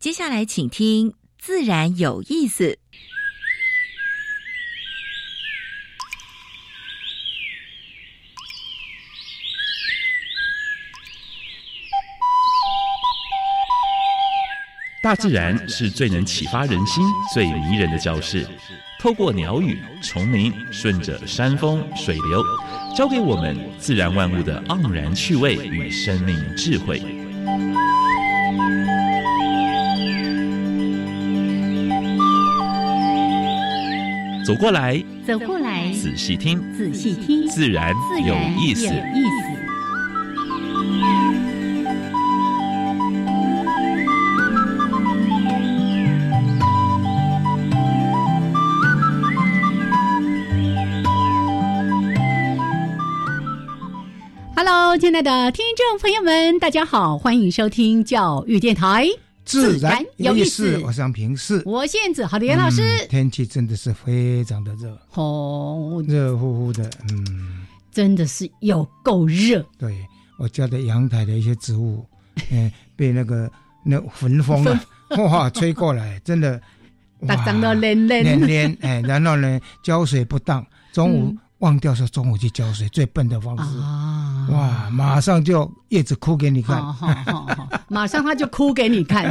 接下来请听自然有意思。 大自然是最能启发人心、最迷人的教室。透过鸟语、虫鸣，顺着山峰、水流，教给我们自然万物的盎然趣味与生命智慧。走过来， 走过来， 仔细听， 仔细听， 自然有意思。 Hello， 亲爱的听众朋友们，大家好，欢迎收听教育电台， 自然有意思。我是杨平世， 我现子好的严老师。 天气真的是非常的热哦， 热乎乎的， 真的是有够热。 对，我家的阳台的一些植物，被那焚风啊，哇，吹过来，真的， 大长得连连，然后呢，浇水不当，中午。忘掉说中午去浇水，最笨的方式啊！哇，马上就叶子哭给你看， 马上他就哭给你看，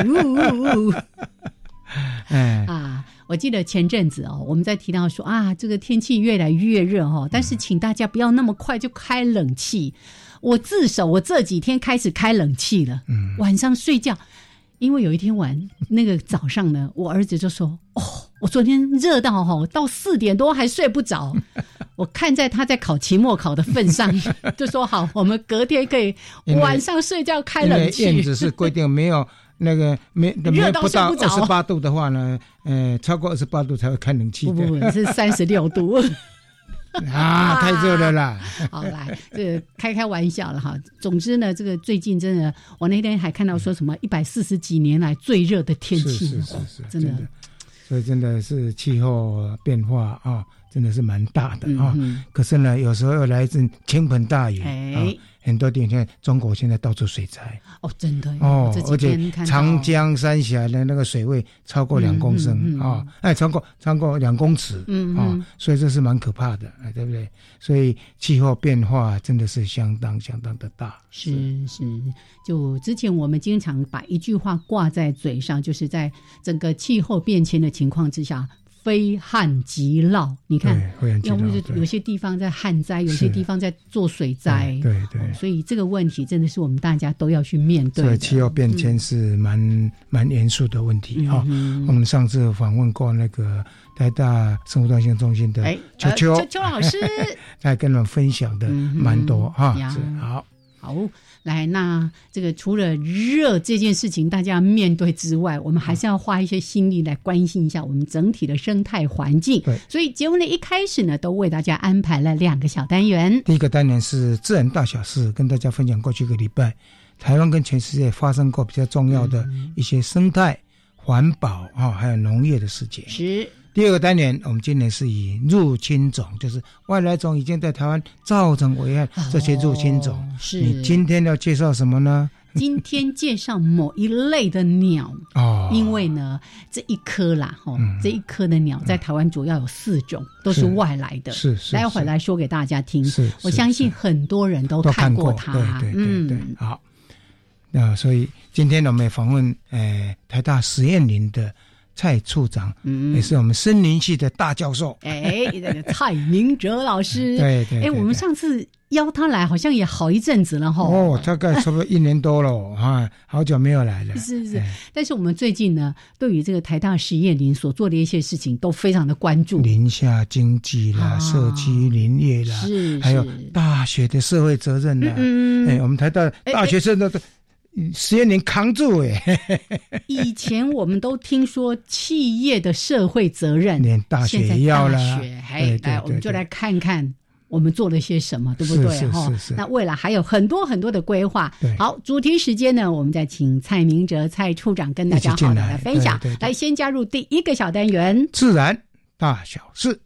我记得前阵子我们在提到说这个天气越来越热但是请大家不要那么快就开冷气。我自首，我这几天开始开冷气了，晚上睡觉。因为有一天那个早上呢，我儿子就说我昨天热到4点多还睡不着。我看在他在考期末考的份上，就说好，我们隔天可以晚上睡觉开冷气。 因为燕子是规定没有那个没不到28度的话呢，超过28度才会开冷气的。 不是36度。 太热了啦！ 好，来，这个开玩笑了哈。总之呢，这个最近真的，我那天还看到说什么140几年来最热的天气， 是真的。 所以真的是气候变化真的是蛮大的可是呢，有时候又来一阵倾盆大雨很多地方，中国现在到处水灾真的而且长江三峡的那个水位超过2公升超过2公尺所以这是蛮可怕的对不对？所以气候变化真的是相当的大。 是，就之前我们经常把一句话挂在嘴上，就是在整个气候变迁的情况之下，非旱即涝。你看，要不就有些地方在旱灾，有些地方在做水灾， 对， 所以这个问题真的是我们大家都要去面对的。 所以气候变迁是蛮严肃的问题我们上次访问过那个台大生物多样性中心的邱老师， 他跟我们分享的蛮多好，来，那这个除了热这件事情大家面对之外，我们还是要花一些心力来关心一下我们整体的生态环境。 对， 所以节目的一开始呢，都为大家安排了2个小单元。 第一个单元是自然大小事，跟大家分享过去一个礼拜台湾跟全世界发生过比较重要的一些生态、环保还有农业的事情。 是。 第二个单元，我们今年是以入侵种，就是外来种已经在台湾造成危害这些入侵种。 是。 你今天要介绍什么呢？ 今天介绍某一类的鸟因为呢这一科啦这一科的鸟在台湾主要有4种，都是外来的。 是待会来说给大家听。我相信很多人都看过它。 对。好，那所以今天我们也访问台大实验林的蔡处长，也是我们森林系的大教授， 蔡明哲老师。 对， 我们上次邀他来好像也好一阵子了大概差不多1年多了好久没有来了。 是，但是我们最近呢，对于这个台大实验林所做的一些事情都非常的关注， 林下经济啦，社区林业啦，还有大学的社会责任啦。我们台大大学生的实验林扛住以前我们都听说企业的社会责任， 连大学也要啦。 来，我们就来看看我们做了些什么，对不对？ 是。 那未来还有很多很多的规划。好，主题时间呢，我们再请蔡明哲蔡处长跟大家好的来分享。来，先加入第一个小单元， 自然大小事。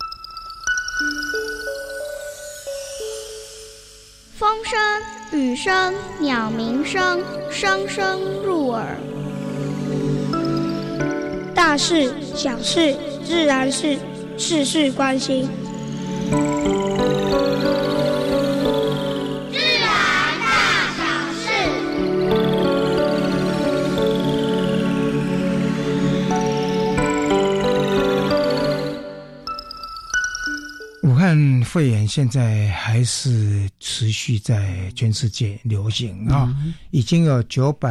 风声、雨声、鸟鸣声，声声入耳。 大事小事自然是事事关心。 武汉肺炎现在还是持续在全世界流行啊，已经有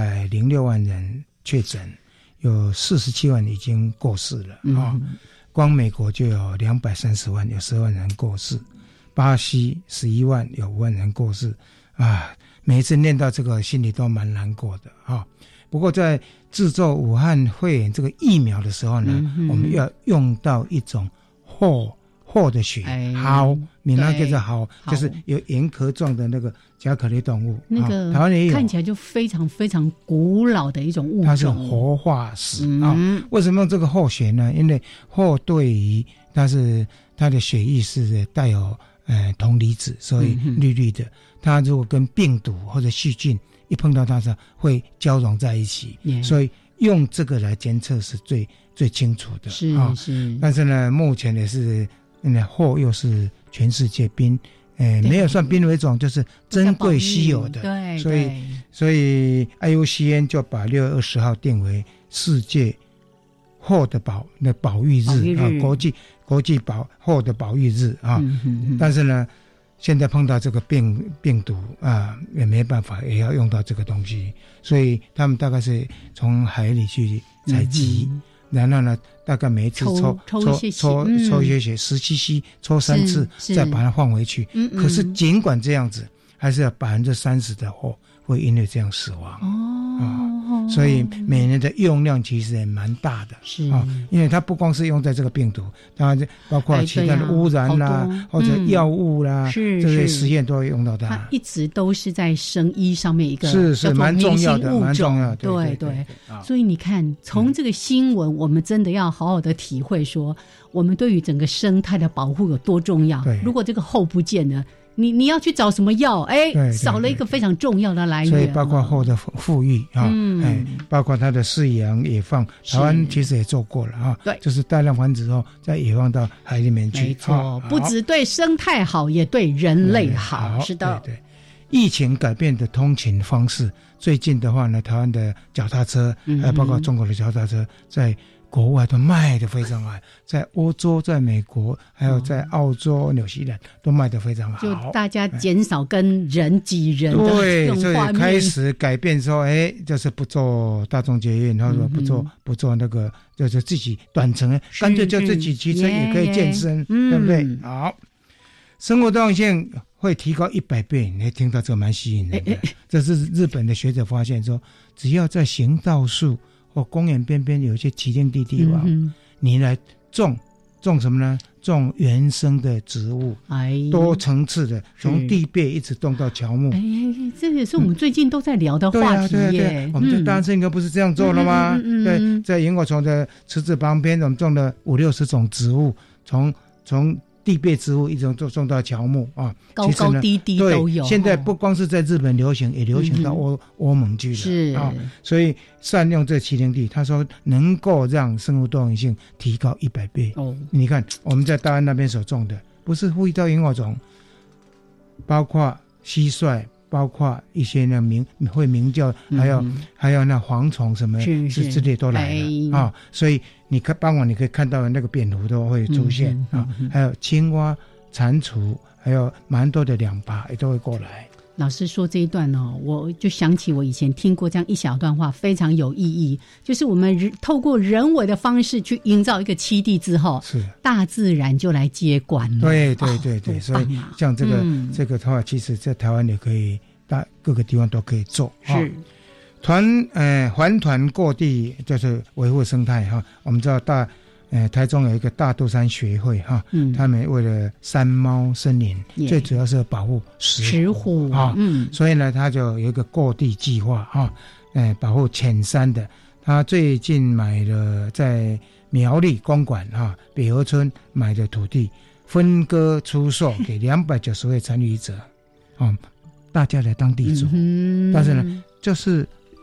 906万人确诊，有47万已经过世了啊。光美国就有230万，有10万人过世；巴西11万，有5万人过世啊。每一次念到这个，心里都蛮难过的啊。不过在制作武汉肺炎这个疫苗的时候呢，我们要用到一种后的血蒿，闽南叫做蒿，就是有盐壳状的那个甲壳类动物。 那个台湾也有，看起来就非常非常古老的一种物种。 它是活化石啊。为什么用这个后血呢？因为后对于它的血液是带有铜离子，所以绿绿的。它如果跟病毒或者细菌一碰到它，会交融在一起，所以用这个来监测是最清楚的。是。但是呢，目前也是。后又是全世界没有算濒危种，就是珍贵稀有的。对，所以 IUCN 就把6月20号定为世界后的保育日啊，国际后的保育日啊。但是呢，现在碰到这个病毒啊，也没办法，也要用到这个东西，所以他们大概是从海里去采集。然后呢，大概每一次抽一些血，17cc 抽3次，再把它放回去。可是尽管这样子，还是有30%的货会因为这样死亡。所以每年的用量其实也蛮大的。因为它不光是用在这个病毒，当然包括其他的污染啦，或者药物啦，这些实验都会用到它。 它一直都是在生医上面一个是蛮重要的，蛮重要的。 对。所以你看，从这个新闻，我们真的要好好的体会说，我们对于整个生态的保护有多重要。如果这个后不见了，你要去找什么药？少了一个非常重要的来源。 所以包括后的复育啊，包括它的饲养野放，台湾其实也做过了啊。对，就是大量繁殖后再野放到海里面去。 没错，不只对生态好，也对人类好。是的。 对。疫情改变的通勤方式，最近的话呢，台湾的脚踏车，还有包括中国的脚踏车，在国外都卖得非常好，在欧洲、在美国，还有在澳洲、纽西兰都卖得非常好。 就大家减少跟人挤人的这种画面， 对，所以开始改变说，就是不坐大众捷运，或者不坐那个，就是自己短程，干脆就自己骑车也可以健身，对不对？好，生活多样性会提高100倍，你听到这个蛮吸引人的。这是日本的学者发现说，只要在行道树或公园边边有一些起定地方，你来种什么呢？种原生的植物，多层次的，从地被一直种到乔木。 这也是我们最近都在聊的话题耶。 对，我们在大安森林不是这样做了吗？对，在萤火虫的池子旁边，我们种了50-60种植物，从地被植物一直种到乔木啊， 高高低低都有。 现在不光是在日本流行，也流行到欧盟去了。是啊，所以善用这栖灵地，他说能够让生物多样性提高100倍。你看我们在大安那边所种的，不是呼吁到萤火虫，包括蟋蟀，包括一些呢会鸣叫，还有那蝗虫什么之类都来了啊，所以你傍晚你可以看到那个蝙蝠都会出现啊，还有青蛙、蟾蜍，还有蛮多的两爬也都会过来。 老师说这一段我就想起我以前听过这样一小段话，非常有意义。就是我们透过人为的方式去营造一个栖地之后，是大自然就来接管了。 对，所以像这个的话，其实在台湾也可以，各个地方都可以做。是环团各地就是维护生态哈。我们知道台中有一个大肚山学会哈，他们为了山猫森林，最主要是保护石虎啊，所以呢，他就有一个各地计划哈，保护浅山的。他最近买了在苗栗公馆哈北河村买的土地，分割出售给290位参与者，大家来当地主，但是呢，就是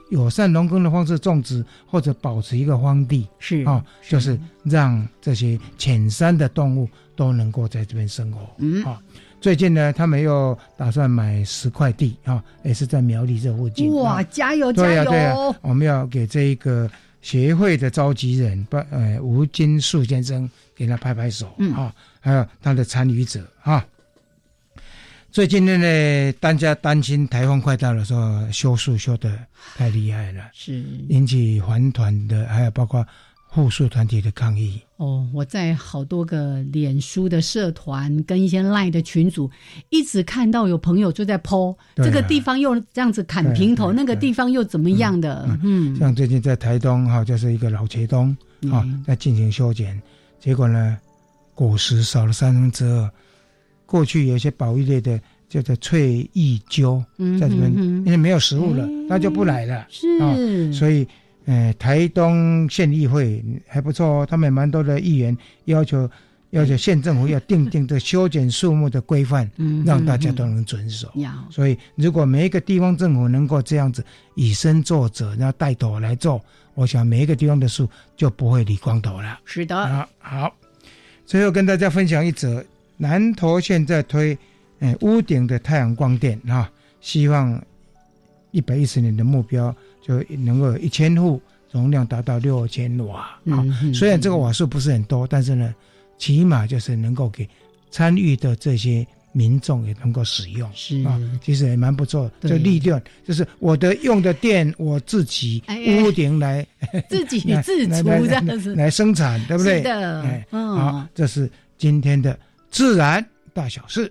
友善农耕的方式种植，或者保持一个荒地， 是就是让这些浅山的动物都能够在这边生活。最近呢，他们又打算买10块地也是在苗栗这附近。 哇，加油加油！ 对啊，我们要给这一个协会的召集人吴金树先生给他拍拍手还有他的参与者最近呢，大家担心台风快到的时候，修树修得太厉害了，是引起环团的，还有包括护树团体的抗议。 我在好多个脸书的社团跟一些 LINE 的群组，一直看到有朋友就在 po 这个地方又这样子砍平头，那个地方又怎么样的。 像最近在台东就是一个老茄东在进行修剪，结果呢果实少了2/3。过去有一些保育类的叫做翠翼鸠在这边，因为没有食物了，那就不来了。是所以台东县议会还不错他们蛮多的议员要求县政府要订这修剪树木的规范，让大家都能遵守。所以如果每一个地方政府能够这样子以身作则，然后带头来做，我想每一个地方的树就不会理光头了。 是的。 好，最后跟大家分享一则，南投县在推屋顶的太阳光电希望110年的目标就能够有1000户，容量达到6000瓦虽然这个瓦数不是很多，但是呢起码就是能够给参与的这些民众也能够使用，是其实也蛮不错的。就利润，就是我的用的电我自己屋顶来自己自足这样子来生产，对不对？ 是的。 好，这是今天的自然大小事。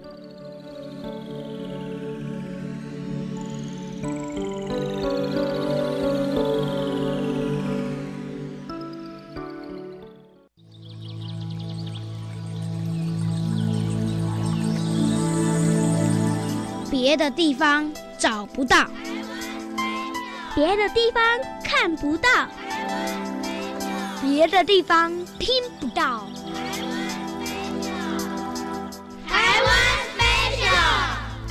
别的地方找不到， 别的地方看不到， 别的地方听不到。 台湾 Special。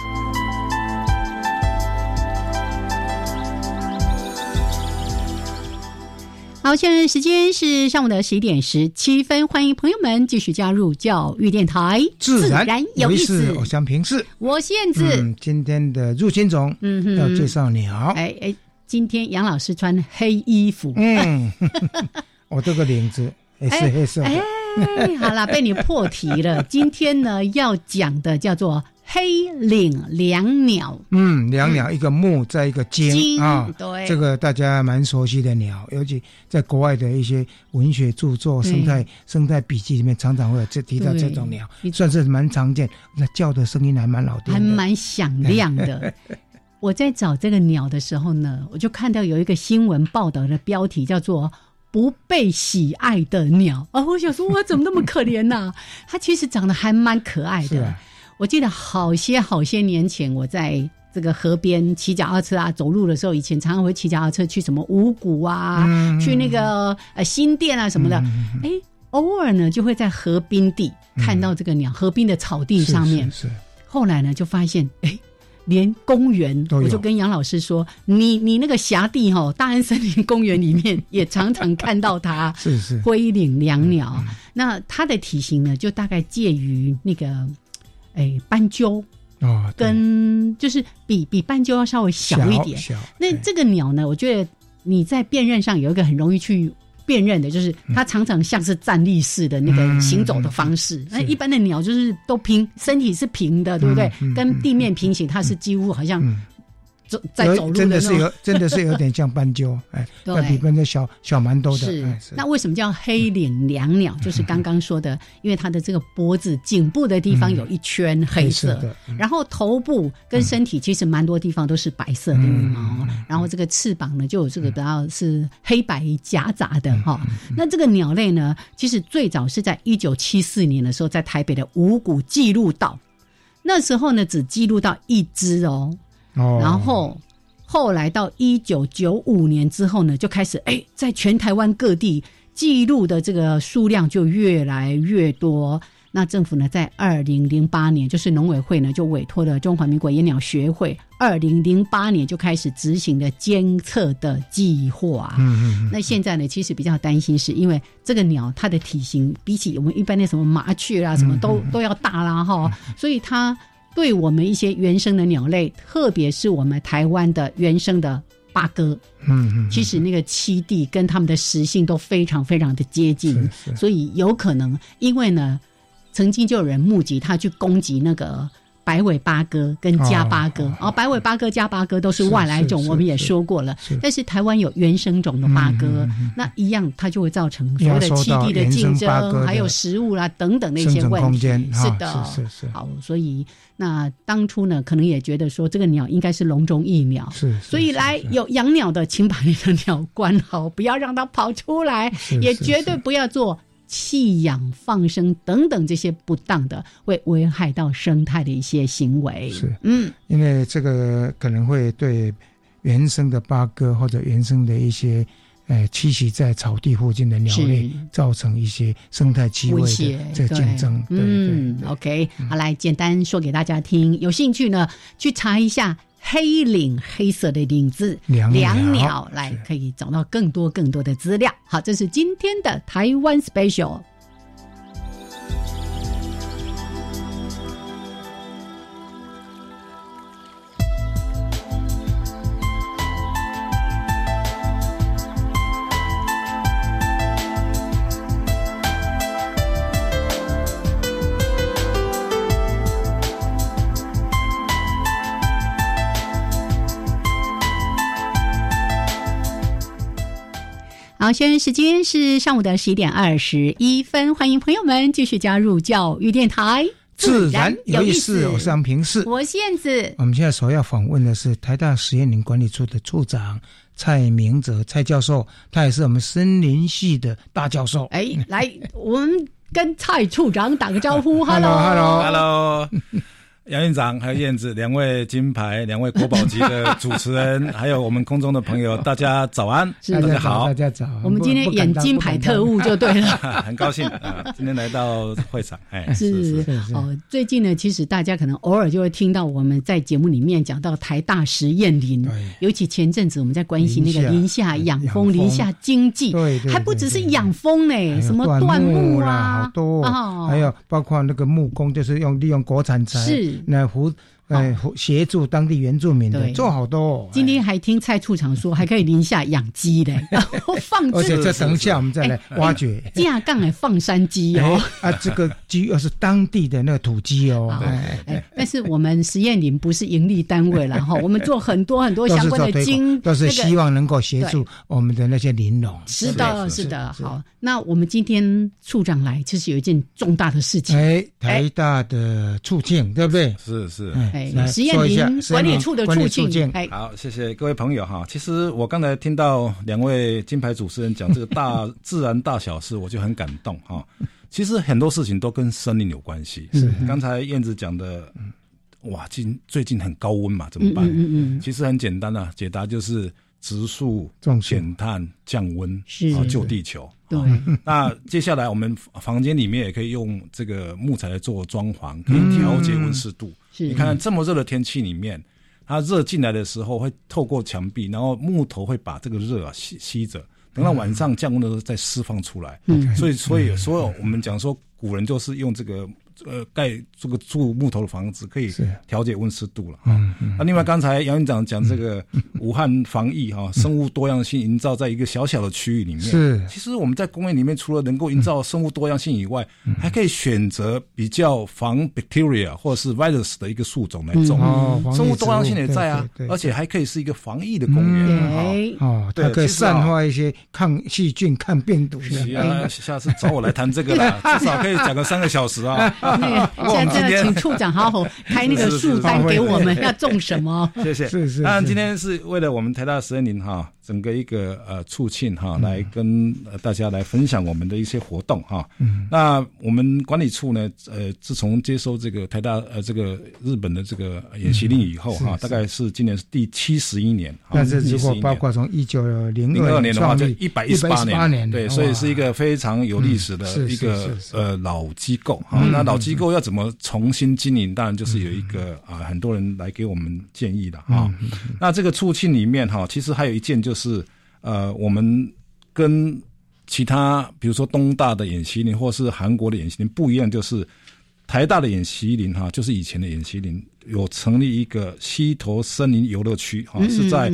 好，现在时间是上午的11点17分，欢迎朋友们继续加入教育电台， 自然有意思。我想平视， 我燕子。 今天的入侵种要介绍鸟。 今天杨老师穿黑衣服。 我这个领子也是黑色的。 好了，被你破题了。今天呢要讲的叫做黑领椋鸟。 椋鸟一个木在一个茎对，这个大家蛮熟悉的鸟，尤其在国外的一些文学著作、生态笔记里面常常会有提到这种鸟，算是蛮常见。那叫的声音还蛮好听的， 还蛮响亮的。我在找这个鸟的时候呢，我就看到有一个新闻报道的标题叫做不被喜爱的鸟我想说我怎么那么可怜啊它其实长得还蛮可爱的。我记得好些年前，我在这个河边骑脚踏车走路的时候，以前常常会骑脚踏车去什么五股去那个新店什么的。偶尔呢就会在河滨地看到这个鸟，河滨的草地上面。是后来呢就发现连公园，我就跟杨老师说，你那个辖地大安森林公园里面也常常看到它。是灰领椋鸟。那它的体型呢，就大概介于那个斑鸠跟就是比斑鸠要稍微小一点。那这个鸟呢，我觉得你在辨认上有一个很容易去辨认的，就是它常常像是站立式的那个行走的方式。那一般的鸟就是都平，身体是平的，对不对？跟地面平行，它是几乎好像在走路的那种， 真的是有点像斑鸠，那比斑鸠小蛮多的。 是。那为什么叫黑领椋鸟？就是刚刚说的，因为它的这个脖子、颈部的地方有一圈黑色，然后头部跟身体其实蛮多地方都是白色的羽毛，然后这个翅膀呢就有这个比较是黑白夹杂的那这个鸟类呢，其实最早是在1974年的时候，在台北的五股记录到，那时候呢只记录到一只然后后来到1995年之后呢，就开始在全台湾各地记录的这个数量就越来越多。 那政府呢在2008年就是农委会呢就委托了中华民国野鸟学会2008年就开始执行的监测的计划。那现在呢其实比较担心是因为这个鸟它的体型比起我们一般的什么麻雀啊什么都要大啦齁，所以它对我们一些原生的鸟类，特别是我们台湾的原生的八哥，其实那个栖地跟它们的食性都非常非常的接近，所以有可能因为呢曾经就有人目击它去攻击那个白尾八哥跟家八哥，白尾八哥家八哥都是外来种，我们也说过了，但是台湾有原生种的八哥，那一样它就会造成所谓的栖地的竞争，还有食物啦等等的一些问题。是的，是好，所以那当初呢可能也觉得说这个鸟应该是笼中异鸟，所以来有养鸟的请把你的鸟关好，不要让它跑出来，也绝对不要做弃养放生等等这些不当的会危害到生态的一些行为。是， 因为这个可能会对原生的八哥或者原生的一些栖息在草地附近的鸟类造成一些生态机会的这个竞争。对 OK， 好，来简单说给大家听，有兴趣呢去查一下黑领，黑色的领字两鸟，来可以找到更多的资料。好，这是今天的台湾 Special。好，现在时间是上午的11:21，欢迎朋友们继续加入教育电台， 自然有意思。我是杨平世， 我是燕子。 我们现在首要访问的是台大实验林管理处的处长蔡明哲蔡教授，他也是我们森林系的大教授。 来，我们跟蔡处长打个招呼。 Hello。杨院长还有燕子两位金牌两位国宝级的主持人还有我们空中的朋友，大家早安。大家好， 大家早。 我们今天演金牌特务就对了。 很高兴今天来到会场。 是最近呢其实大家可能偶尔就会听到我们在节目里面讲到台大实验林，尤其前阵子我们在关心那个林下养蜂林下经济，还不只是养蜂呢，什么椴木啊， 好多还有包括那个木工，就是利用国产材那协助当地原住民的做好多。 今天还听蔡处长说还可以林下养鸡的，然后放而且这等一下我们再来挖掘架杠的放山鸡这个鸡又是当地的那个土鸡但是我们实验林不是盈利单位啦我们做很多相关的都是希望能够协助我们的那些林农。 是的。好，那我们今天处长来其实有一件重大的事情， 台大的处境对不对？ 是实验林管理处的处境。 好，谢谢各位朋友哈。其实我刚才听到两位金牌主持人讲这个自然大小事，我就很感动哈。其实很多事情都跟森林有关系。刚才燕子讲的，哇，最近很高温嘛，怎么办？其实很简单解答就是植树、减碳、降温，救地球。对，那接下来我们房间里面也可以用这个木材来做装潢，可以调节温湿度。你看看这么热的天气里面，它热进来的时候会透过墙壁，然后木头会把这个热吸着，等到晚上降温的时候再释放出来。所以所有我们讲说古人就是用这个盖这个住木头的房子可以调节温湿度了。另外刚才杨院长讲这个武汉防疫生物多样性营造在一个小小的区域里面。其实我们在公园里面除了能够营造生物多样性以外，还可以选择比较防 bacteria 或者是 virus 的一个树种来种。生物多样性也在而且还可以是一个防疫的公园。 它可以散发一些抗细菌、抗病毒的。 下次找我来谈这个啦，至少可以讲个3个小时现在要请处长好好开那个树单给我们，要种什么？ 谢谢。当然今天是为了我们台大实验林整个一个促进来跟大家来分享我们的一些活动那我们管理处呢自从接收这个台大这个日本的这个演习令以后大概是今年是第71年。 但是如果包括从1902年的话就118年，对，所以是一个非常有历史的一个老机构那老机构要怎么重新经营，当然就是有一个很多人来给我们建议的那这个促进里面其实还有一件就是我们跟其他比如说东大的演习林或是韩国的演习林不一样，就是台大的演习林就是以前的演习林有成立一个溪头森林游乐区是在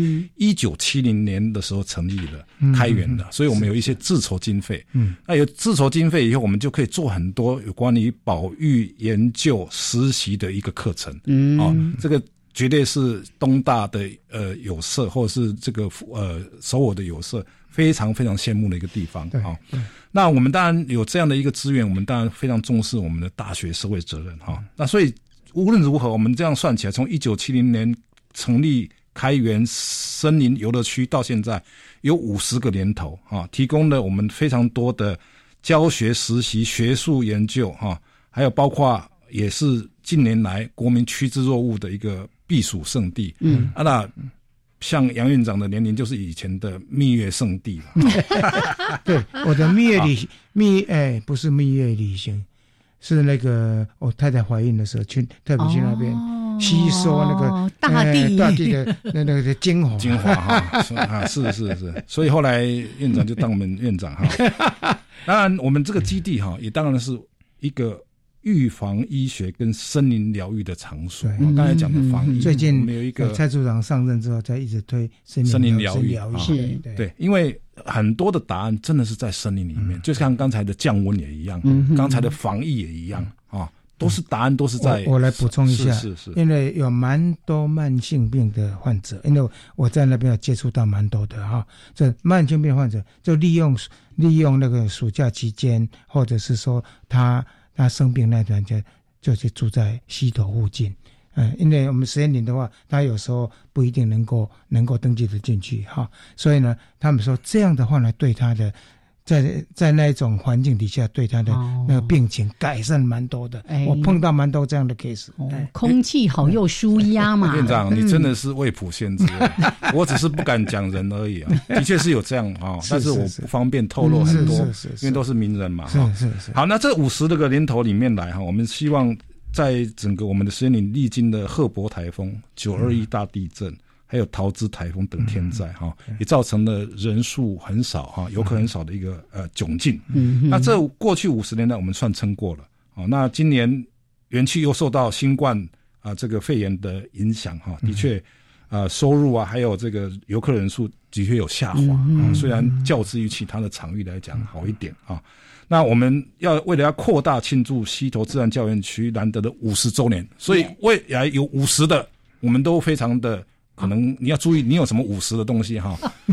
1970年的时候成立的开源的，所以我们有一些自筹经费那有自筹经费以后，我们就可以做很多有关于保育研究实习的一个课程这个绝对是东大的有社或者是这个首尔的有社非常非常羡慕的一个地方那我们当然有这样的一个资源，我们当然非常重视我们的大学社会责任那所以无论如何，我们这样算起来，从1970年成立开源森林游乐区到现在有50个年头提供了我们非常多的教学实习、学术研究还有包括也是近年来国民趋之若鹜的一个避暑胜地那像杨院长的年龄就是以前的蜜月圣地了对，我的蜜月不是蜜月旅行，是那个我太太怀孕的时候特别去那边吸收那个大地的那个精华是所以后来院长就当我们院长当然我们这个基地也当然是一个预防医学跟森林疗愈的场所。刚才讲的防疫， 最近有一个蔡处长上任之后，在一直推森林疗愈对，因为很多的答案真的是在森林里面，就像刚才的降温也一样，刚才的防疫也一样都是答案都是在。 我来补充一下， 是因为有蛮多慢性病的患者，因为我在那边有接触到蛮多的这慢性病患者就利用那个暑假期间，或者是说他生病那段就住在溪头附近，因为我们实验林的话，他有时候不一定能够登记得进去所以呢，他们说这样的话呢，对他的在那种环境底下，对他的那个病情改善蛮多的。我碰到蛮多这样的 case。 空气好又舒压嘛。 院长，你真的是未卜先知我只是不敢讲人而已的确是有这样但是我不方便透露很多，因为都是名人嘛。 是。 好，那这50个年头里面来我们希望在整个我们的实验林历经的赫伯台风、921大地震。还有桃枝台风等天灾也造成了人数很少游客很少的一个窘境。那这过去50年来我们算撑过了那今年园区又受到新冠这个肺炎的影响的确收入还有这个游客人数的确有下滑虽然较之于其他的场域来讲好一点那我们为了要扩大庆祝溪头自然教育区难得的50周年，所以未来有50的我们都非常的可能你要注意，你有什么50的东西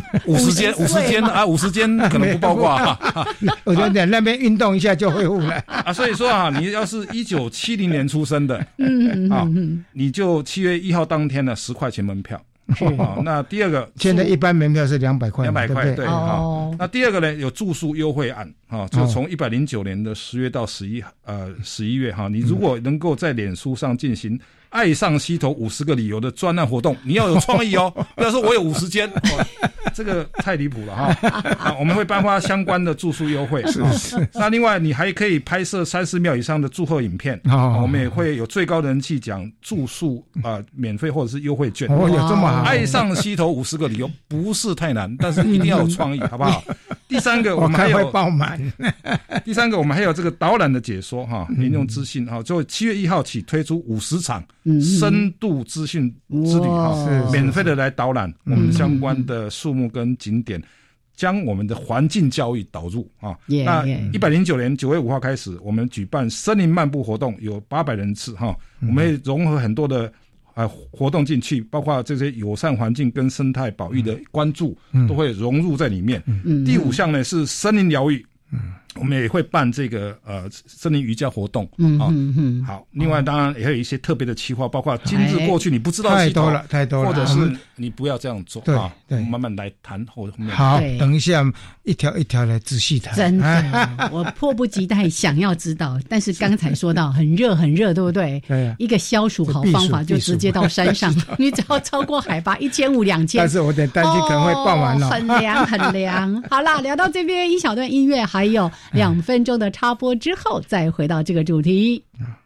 50间可能不包括我觉得那边运动一下就恢复了所以说你要是1970年出生的你就7月1号当天呢10块钱门票那第二个现在一般门票是200块对那第二个呢有住宿优惠案就从109年的10月到11月你如果能够在脸书上进行爱上溪头50个理由的专案活动，你要有创意不要说我有50间这个太离谱了我们会颁发相关的住宿优惠那另外你还可以拍摄30秒以上的祝贺影片我们也会有最高人气奖住宿免费或者是优惠券有这么好爱上溪头50个理由不是太难，但是一定要有创意好不好第三个我们还有会爆满第三个我们还有这个导览的解说民众资讯就7月1号起推出50场深度资讯之旅免费的来导览我们相关的树木跟景点，将我们的环境教育导入那109年9月5号开始，我们举办森林漫步活动，有800人次我们会融合很多的活动进去，包括这些友善环境跟生态保育的关注都会融入在里面。第5项呢是森林疗愈我们也会办这个森林瑜伽活动。好，另外当然也有一些特别的企划，包括今日过去你不知道太多了，或者是你不要这样做啊。对，慢慢来谈后面。 好，等一下一条一条来仔细谈。 真的，我迫不及待想要知道。但是刚才说到很热很热，对不对？对。一个消暑好方法就直接到山上，你只要超过海拔1500、2000， 但是我得担心可能会爆完了。 很凉很凉。好啦，聊到这边一小段音乐，还有2分钟的插播之后，再回到这个主题。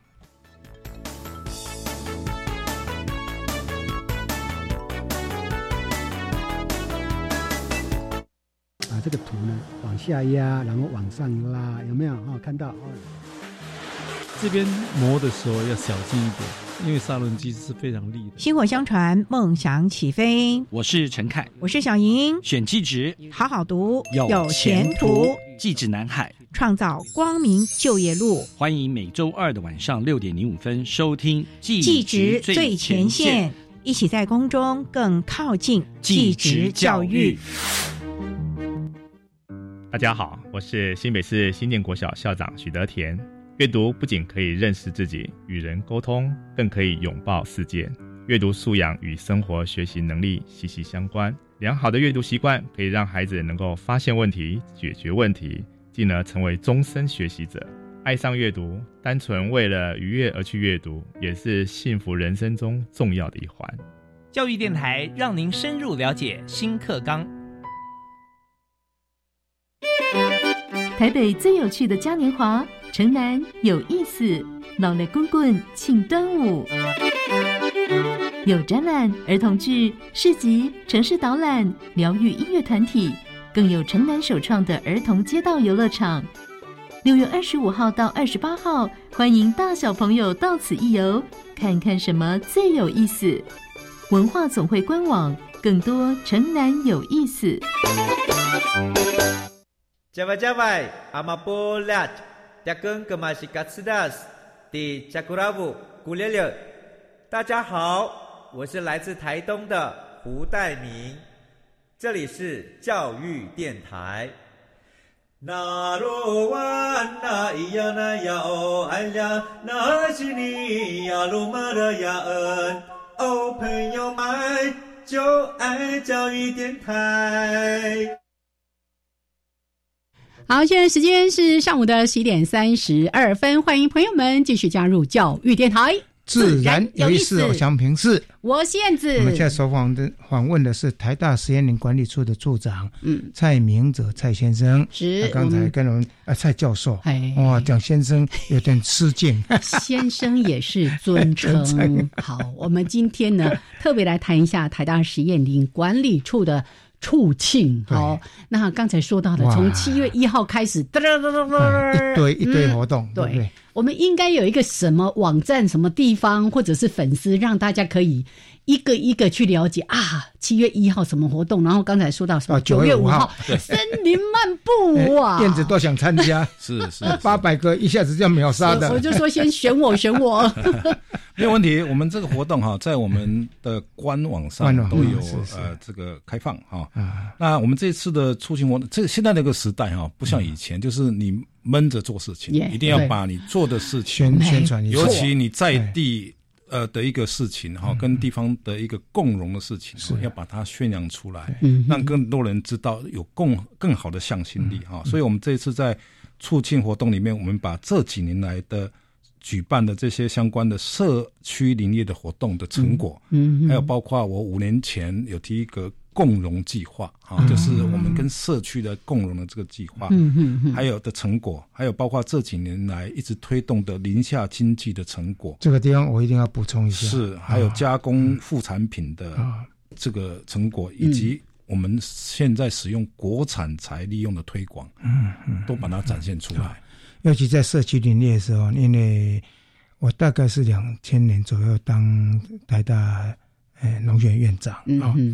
这个图呢往下压，然后往上拉，有没有看到这边磨的时候要小心一点，因为砂轮机是非常利的。 薪火相传，梦想起飞。 我是陈凯， 我是小莹。 选技职， 好好读， 有前途。技职南海， 创造光明就业路。 欢迎每周2的晚上6点05分收听技职最前线，一起在空中更靠近技职教育。 大家好，我是新北市新店国小校长许德田。阅读不仅可以认识自己、与人沟通，更可以拥抱世界。阅读素养与生活学习能力息息相关。良好的阅读习惯可以让孩子能够发现问题、解决问题，进而成为终身学习者。爱上阅读，单纯为了愉悦而去阅读，也是幸福人生中重要的一环。 教育电台让您深入了解新课纲。 台北最有趣的嘉年华，城南有意思，老雷滚滚庆端午，有展览、儿童剧、市集、城市导览、疗愈音乐团体，更有城南首创的儿童街道游乐场。6月25号到28号，欢迎大小朋友到此一游，看看什么最有意思。文化总会官网，更多城南有意思。 Java Amapolat Dagang Kemasikatsidas di Jakuravu Gulele。 大家好，我是来自台东的胡代明，这里是教育电台。那罗哇那咿呀那呀哦哎呀，那是你呀鲁玛的呀恩哦，朋友们就爱教育电台。 好，现在时间是上午的11点32分，欢迎朋友们继续加入教育电台， 自然有意思。我想平视， 我是燕子。 我们现在所访问的是台大实验林管理处的处长，蔡明哲蔡先生。 是， 刚才跟我们蔡教授，哇，讲先生有点吃惊， 先生也是尊称。好，我们今天呢特别来谈一下台大实验林管理处的处庆。好，那刚才说到的，从7月1号开始， 一堆活动，对不对？ 我们应该有一个什么网站、什么地方，或者是粉丝，让大家可以一个一个去了解啊。7月1号什么活动？然后刚才说到什么9月5号森林漫步啊， 燕子都想参加， 是 800个一下子就秒杀的。 我就说先选我， 没有问题。我们这个活动哈，在我们的官网上都有这个开放哈。那我们这次的出行活动，这个现在那个时代哈，不像以前，就是你闷着做事情，一定要把你做的事情宣传一下， 尤其你在地的一个事情哈，跟地方的一个共荣的事情，要把它宣扬出来，让更多人知道有更好的向心力哈。所以我们这一次在促进活动里面，我们把这几年来的举办的这些相关的社区林业的活动的成果，还有包括我5年前有提一个共荣计划啊，就是我们跟社区的共荣的这个计划，还有的成果，还有包括这几年来一直推动的林下经济的成果。 这个地方我一定要补充一下， 是还有加工副产品的这个成果，以及我们现在使用国产材利用的推广，都把它展现出来。 尤其在社区林业的时候，因为我大概是2000年左右当台大农学院院长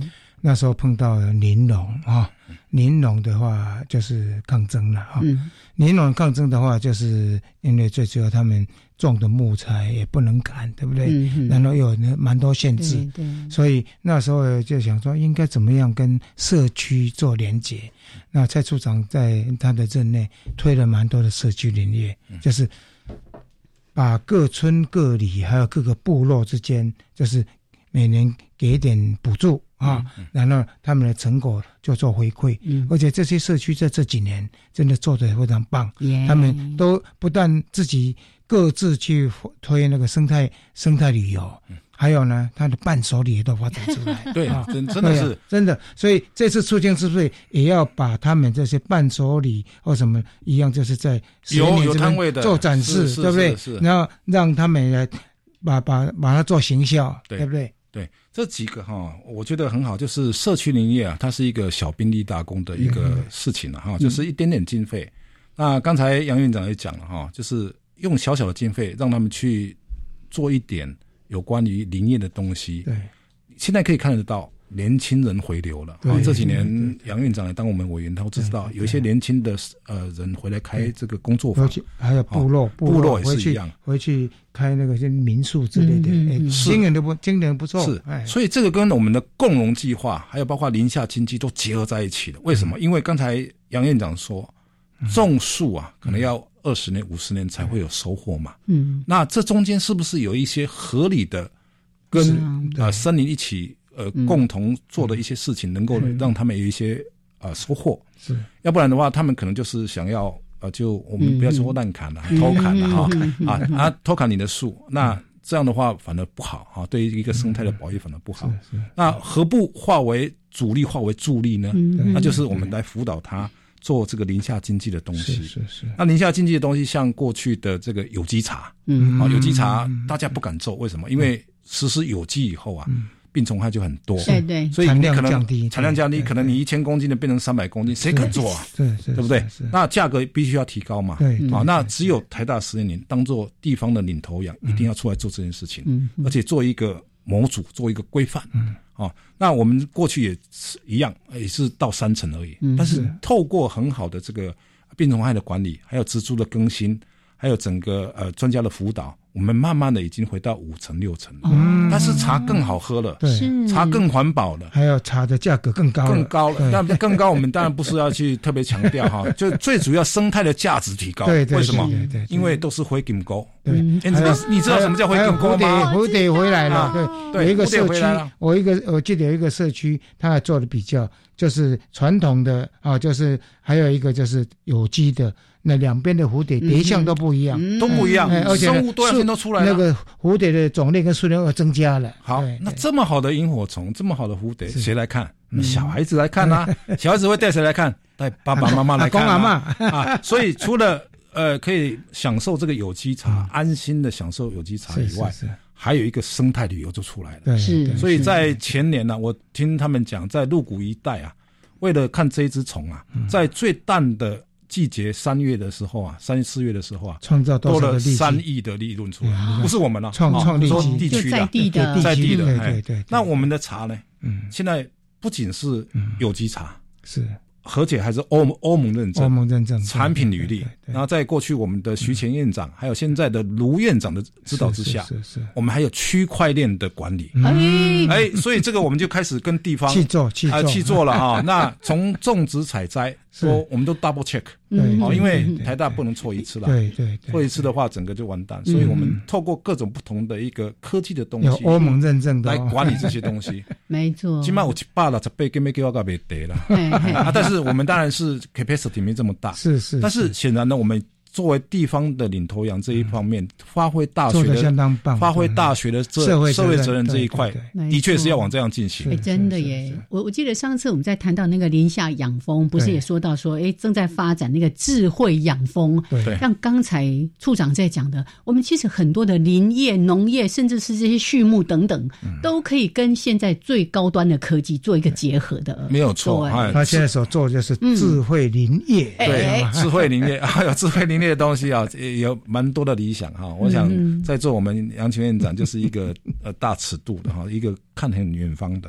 那时候碰到林农啊，林农的话就是抗争了啊。林农抗争的话，就是因为最主要他们种的木材也不能砍，对不对？然后有蛮多限制，所以那时候就想说应该怎么样跟社区做连结。那蔡处长在他的任内推了蛮多的社区林业，就是把各村各里还有各个部落之间，就是每年给一点补助啊，然后他们的成果就做回馈，而且这些社区在这几年真的做得非常棒，他们都不但自己各自去推那个生态旅游，还有呢，它的伴手礼也都发展出来。 对，真的是真的。所以这次促进智慧也要把他们这些伴手礼或什么一样，就是在有摊位的做展示，对不对？然后让他们来把它做行销，对不对？ 对，这几个我觉得很好，就是社区林业啊，它是一个小兵立大功的一个事情了哈，就是一点点经费。那刚才杨院长也讲了哈，就是用小小的经费让他们去做一点有关于林业的东西。对，现在可以看得到年轻人回流了。这几年杨院长来当我们委员，他都知道有一些年轻的人回来开这个工作坊， 还有部落也是一样， 回去开那个些民宿之类的，经营不错。 是，所以这个跟我们的共荣计划，还有包括林下经济都结合在一起了。为什么？因为刚才杨院长说，种树啊，可能要20年、50年才会有收获嘛。那这中间是不是有一些合理的跟森林一起共同做的一些事情，能够让他们有一些收获？是，要不然的话，他们可能就是想要就我们不要说滥砍了，偷砍了偷砍你的树，那这样的话反而不好啊，对于一个生态的保育反而不好。那何不化为主力，化为助力呢？那就是我们来辅导他做这个林下经济的东西。是。那林下经济的东西，像过去的这个有机茶，有机茶大家不敢做，为什么？因为实施有机以后啊，病虫害就很多， 对， 所以你可能产量降低， 可能你1000公斤的变成300公斤，谁敢做啊？对不对？那价格必须要提高嘛。对，那只有台大实验林当做地方的领头羊，一定要出来做这件事情，而且做一个模组，做一个规范。那我们过去也是一样，也是到3层而已。但是透过很好的这个病虫害的管理，还有植株的更新，还有整个专家的辅导，我们慢慢的已经回到5层6层了。但是茶更好喝了，对，茶更环保了， 还有茶的价格更高了。 但更高，我们当然不是要去特别强调哈，就最主要生态的价值提高。对，为什么？因为都是灰金钩。对，你知道什么叫灰金钩吗？ 蝴蝶回来了。对，有一个社区，我记得有一个社区，他还做的比较，就是传统的就是还有一个就是有机的。那两边的蝴蝶蝶相都不一样， 都不一样，而且生物多样性都出来了。 那个蝴蝶的种类跟数量又增加了。 好，那这么好的萤火虫，这么好的蝴蝶，谁来看？小孩子来看啊！小孩子会带谁来看？带爸爸妈妈来看啊！所以除了可以享受这个有机茶，安心的享受有机茶以外，还有一个生态旅游就出来了。是，所以在前年呢，我听他们讲，在鹿谷一带啊，为了看这一只虫啊，在最淡的季节3月的时候啊，3、4月的时候啊， 创造多了 3亿的利润出来，不是我们了， 创利说地区的，在地的， 对。 那我们的茶呢？现在不仅是有机茶， 是。 而且还是欧盟认证产品履历，然后在过去我们的徐前院长，还有现在的卢院长的指导之下，我们还有区块链的管理，所以这个我们就开始跟地方去做了哈。那从种植采摘，说我们都 double check，因为台大不能错一次了，对，错一次的话整个就完蛋，所以我们透过各种不同的一个科技的东西， 有欧盟认证的来管理这些东西， 没错。 起码有100-100根没给我搞别得了，但是我们当然是 capacity 没这么大，是，但是显然呢，我们作为地方的领头羊这一方面，发挥大学的相当棒， 发挥大学的社会责任这一块，的确是要往这样进行。 真的耶！我记得上次我们在谈到那个林下养蜂，不是也说到说，正在发展那个智慧养蜂。对，像刚才处长在讲的，我们其实很多的林业、农业，甚至是这些畜牧等等，都可以跟现在最高端的科技做一个结合的。 没有错， 他现在所做的就是智慧林业， 对，智慧林业还有智慧林业的东西啊，也有蛮多的理想哈。我想在座我们杨群院长就是一个大尺度的哈，一个看很远方的。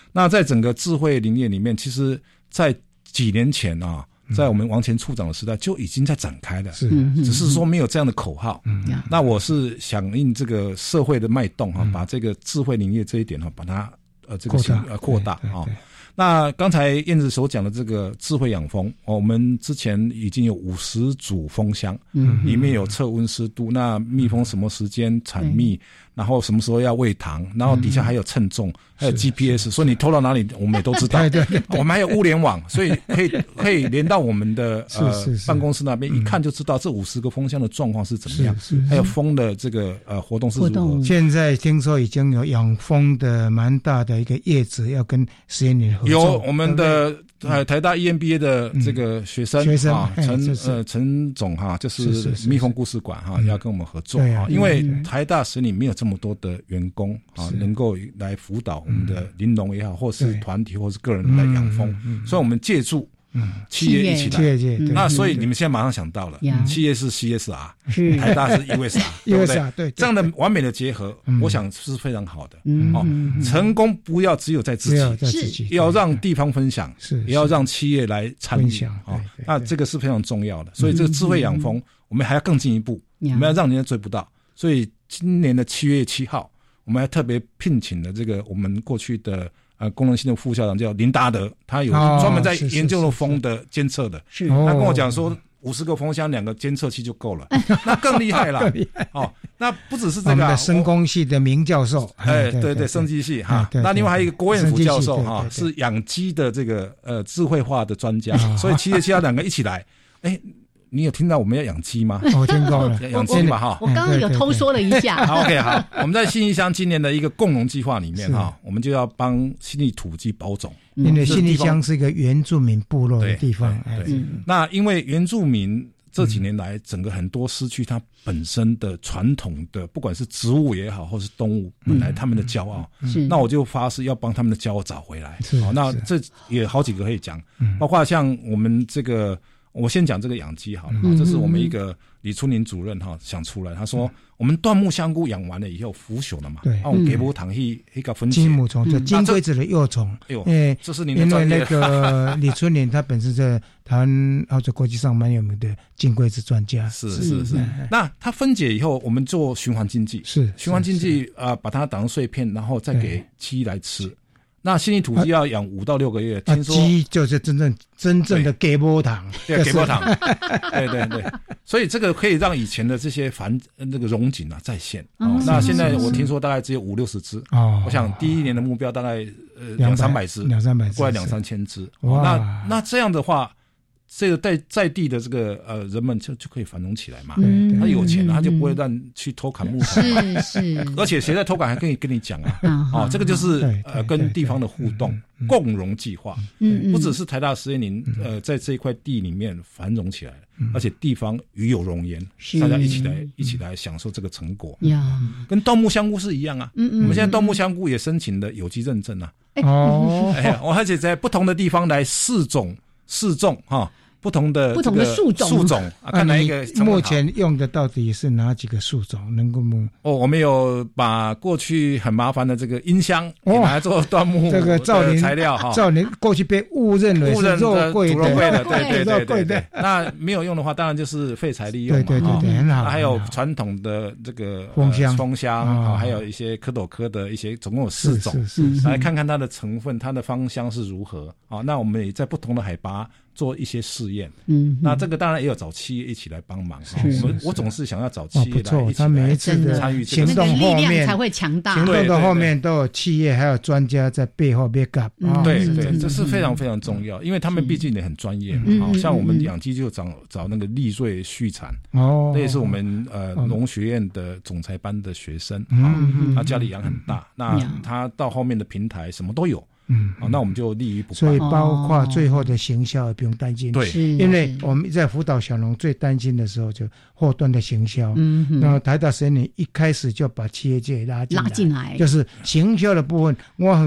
那在整个智慧林业里面，其实在几年前啊，在我们王前处长的时代就已经在展开了，只是说没有这样的口号。那我是响应这个社会的脉动哈，把这个智慧林业这一点哈，把它这个扩大啊。那刚才燕子所讲的这个智慧养蜂，我们之前已经有50组蜂箱，里面有测温湿度，那蜜蜂什么时间产蜜，然后什么时候要喂糖，然后底下还有称重，还有 GPS， 所以你偷到哪里我们也都知道。对，我们还有物联网，所以可以连到我们的办公室那边，一看就知道这50个蜂箱的状况是怎么样，还有蜂的这个活动是如何。 现在听说已经有养蜂的蛮大的一个业者要跟实验林合作， 有我们的台大 EMBA 的这个学生啊，陈总哈，就是蜜蜂故事馆哈，要跟我们合作啊，因为台大实验里没有这么多的员工啊，能够来辅导我们的林农也好，或是团体或是个人来养蜂，所以我们借助企业一起来，那所以你们现在马上想到了，企业是 CSR， 台大是 USR， 对，这样的完美的结合，我想是非常好的。成功不要只有在自己，要让地方分享，也要让企业来参与。那这个是非常重要的。所以这个智慧养蜂，我们还要更进一步，我们要让人家追不到。所以今年的7月7号，我们还特别聘请了这个我们过去的功能性的副校长叫林达德，他有专门在研究了蜂的监测的，他跟我讲说50个蜂箱2个监测器就够了，那更厉害了。那不只是这个，我们的生工系的名教授， 对，生技系哈，那另外还有一个郭彦甫教授哈，是养鸡的这个智慧化的专家，所以7月7号2个一起来，你有听到我们要养鸡吗？ 我听过了， 养鸡嘛哈。 我刚刚有偷说了一下。 OK， 好，我们在信义乡今年的一个共农计划里面哈，我们就要帮信义土鸡保种， 因为信义乡是一个原住民部落的地方。 对，那因为原住民这几年来，整个很多失去它本身的传统的，不管是植物也好，或是动物，本来他们的骄傲，那我就发誓要帮他们的骄傲找回来。那这也好几个可以讲，包括像我们这个。我先讲这个养鸡好了，这是我们一个李春林主任想出来，他说我们椴木香菇养完了以后腐朽了嘛，我们给不糖一个分解金母虫，就金龟子的幼虫。 这是您的专业。 因为那个李春林他本身在台湾或者国际上蛮有名的金龟子专家。 是。那它分解以后，我们做循环经济，循环经济把它打成碎片，然后再给鸡来吃。那信义土鸡要养5到6个月，听说鸡就是真正的给波糖， 对，给波糖，对，所以这个可以让以前的这些那个荣景再现。那现在我听说大概只有50-60只，我想第一年的目标大概200-300只，过来2-3千只。那这样的话。这个在地的这个人们就可以繁荣起来嘛，他有钱他就不会让去偷砍木头， 是， 而且谁在偷砍还可以跟你讲啊，这个就是跟地方的互动共荣计划，不只是台大实验林在这一块地里面繁荣起来了，而且地方与有荣焉，大家一起来享受这个成果，跟椴木香菇是一样啊，我们现在椴木香菇也申请了有机认证啊，而且在不同的地方来试种哈。不同的树种看哪一个目前用的到底是哪几个树种能够我们有把过去很麻烦的这个音箱拿来做椴木这个材料哈， 照您过去被误认为是肉桂的， 对，那没有用的话，当然就是废材利用， 对，很好。 还有传统的这个蜂箱还有一些蝌蚪科的一些，总共有4种，来看看它的成分，它的芳香是如何啊？那我们也在不同的海拔做一些试验，那这个当然也有找企业一起来帮忙。我总是想要找企业来一起来参与行动后面才会强大。 行动的后面都有企业还有专家在背后 back up。 对，这是非常非常重要，因为他们毕竟也很专业嘛。像我们养鸡就找那个立瑞畜产，这也是我们农学院的总裁班的学生，他家里养很大，那他到后面的平台什么都有。那我们就立于不败。 所以包括最后的行销也不用担心， 对， 因为我们在辅导小农最担心的时候就后端的行销。那台大实验林一开始就把企业界拉进来，就是行销的部分，我们的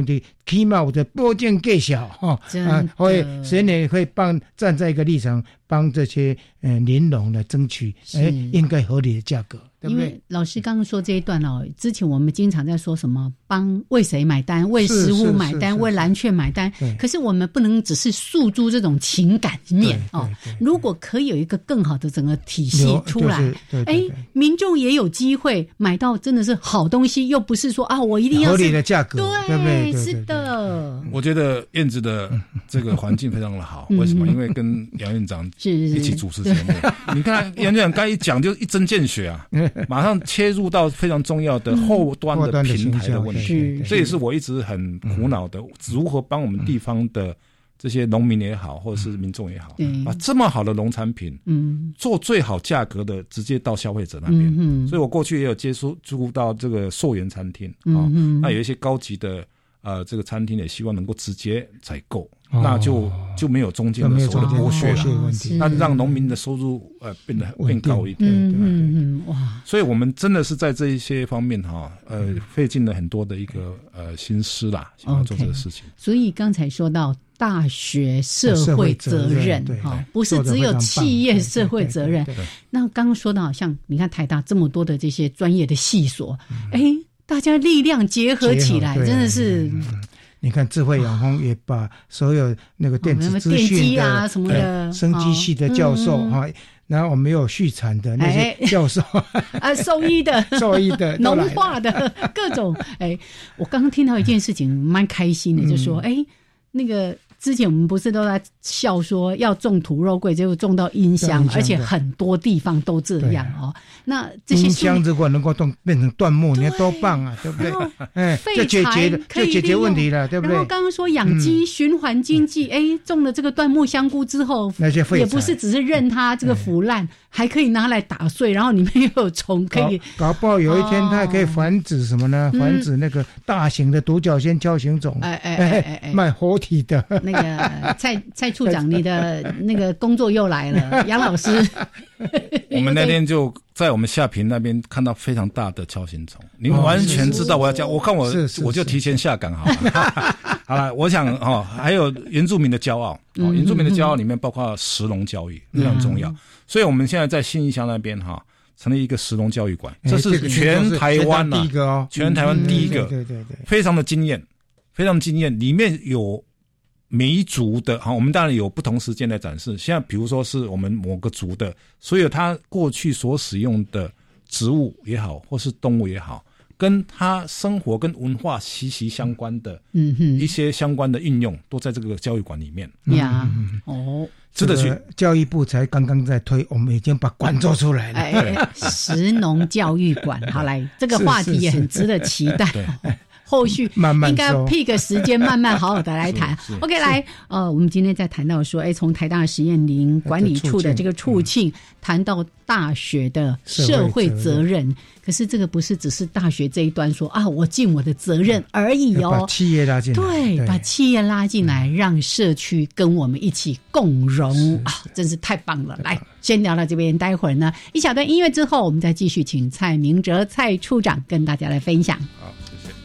起码我的波见更小会谁也会站在一个立场，帮这些林农来争取应该合理的价格。 因为老师刚刚说这一段之前我们经常在说什么为谁买单，为食物买单，为蓝雀买单，可是我们不能只是诉诸这种情感面如果可以有一个更好的整个体系出来，民众也有机会买到真的是好东西，又不是说我一定要合理的价格，对不对？ 是的。 我觉得燕子的这个环境非常的好，为什么？因为跟杨院长一起主持节目，你看杨院长刚一讲就一针见血啊，马上切入到非常重要的后端的平台的问题，这也是我一直很苦恼的，如何帮我们地方的这些农民也好，或者是民众也好，把这么好的农产品，做最好价格的，直接到消费者那边。所以我过去也有接触到这个溯源餐厅那有一些高级的这个餐厅也希望能够直接采购。那就没有中间的所谓的剥削了，那让农民的收入变得更高一点。哇！所以我们真的是在这一些方面费尽了很多的一个心思啦，想要做这个事情。 所以刚才说到大学社会责任不是只有企业社会责任。那刚刚说到像你看台大这么多的这些专业的系所，大家力量结合起来，真的是。 你看智慧养蜂也把所有那个电子资讯的什么的生机系的教授然后我们有畜产的那些教授兽医的农化的各种我刚刚听到一件事情蛮开心的，就说那个之前我们不是都在笑说要种土肉桂，结果种到音箱，而且很多地方都这样那这些音箱如果能够变成椴木，你看多棒啊，对不对？就解决问题了，对不对？ 然后刚刚说养鸡循环经济，种了这个椴木香菇之后， 那些废材也不是只是任它这个腐烂，还可以拿来打碎，然后里面又有虫可以搞不好有一天它还可以繁殖什么呢？繁殖那个大型的独角仙锹形种，卖活体的。 那个蔡处长，你的那个工作又来了，杨老师。 我们那天就在我们下坪那边看到非常大的锹形虫，你们完全知道我要讲，我看我就提前下岗好了。好了，我想还有原住民的骄傲原住民的骄傲里面包括食农教育非常重要，所以我们现在在信义乡那边成立一个食农教育馆，这是全台湾第一个全台湾第一个， 对， 非常的惊艳，非常惊艳，里面有每一族的我们当然有不同时间来展示。现在比如说是我们某个族的，所有他过去所使用的植物也好，或是动物也好，跟他生活跟文化息息相关的一些相关的运用，都在这个教育馆里面。 值得去。教育部才刚刚在推，我们已经把馆做出来了。 食农教育馆，好来，这个话题也很值得期待。后续应该辟个时间慢慢好好的来谈。OK， 来，我们今天在谈到说，从台大实验林管理处的这个处庆谈到大学的社会责任，可是这个不是只是大学这一端说我尽我的责任而已把企业拉进来， 对，把企业拉进来，让社区跟我们一起共荣真是太棒了。来，先聊到这边，待会儿呢一小段音乐之后，我们再继续请蔡明哲蔡处长跟大家来分享。 好，谢谢。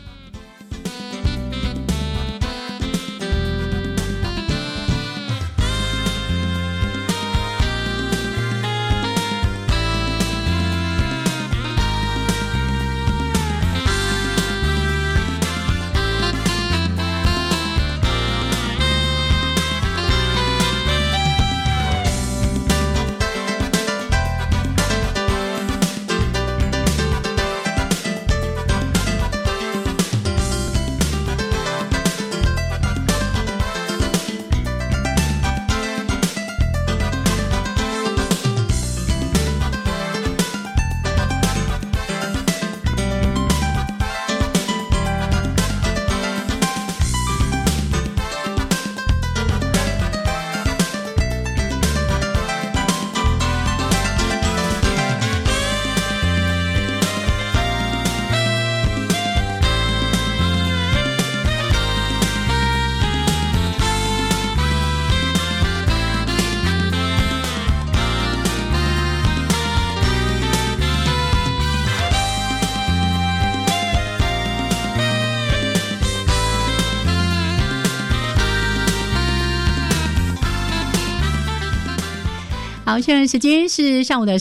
好，现在时间是上午的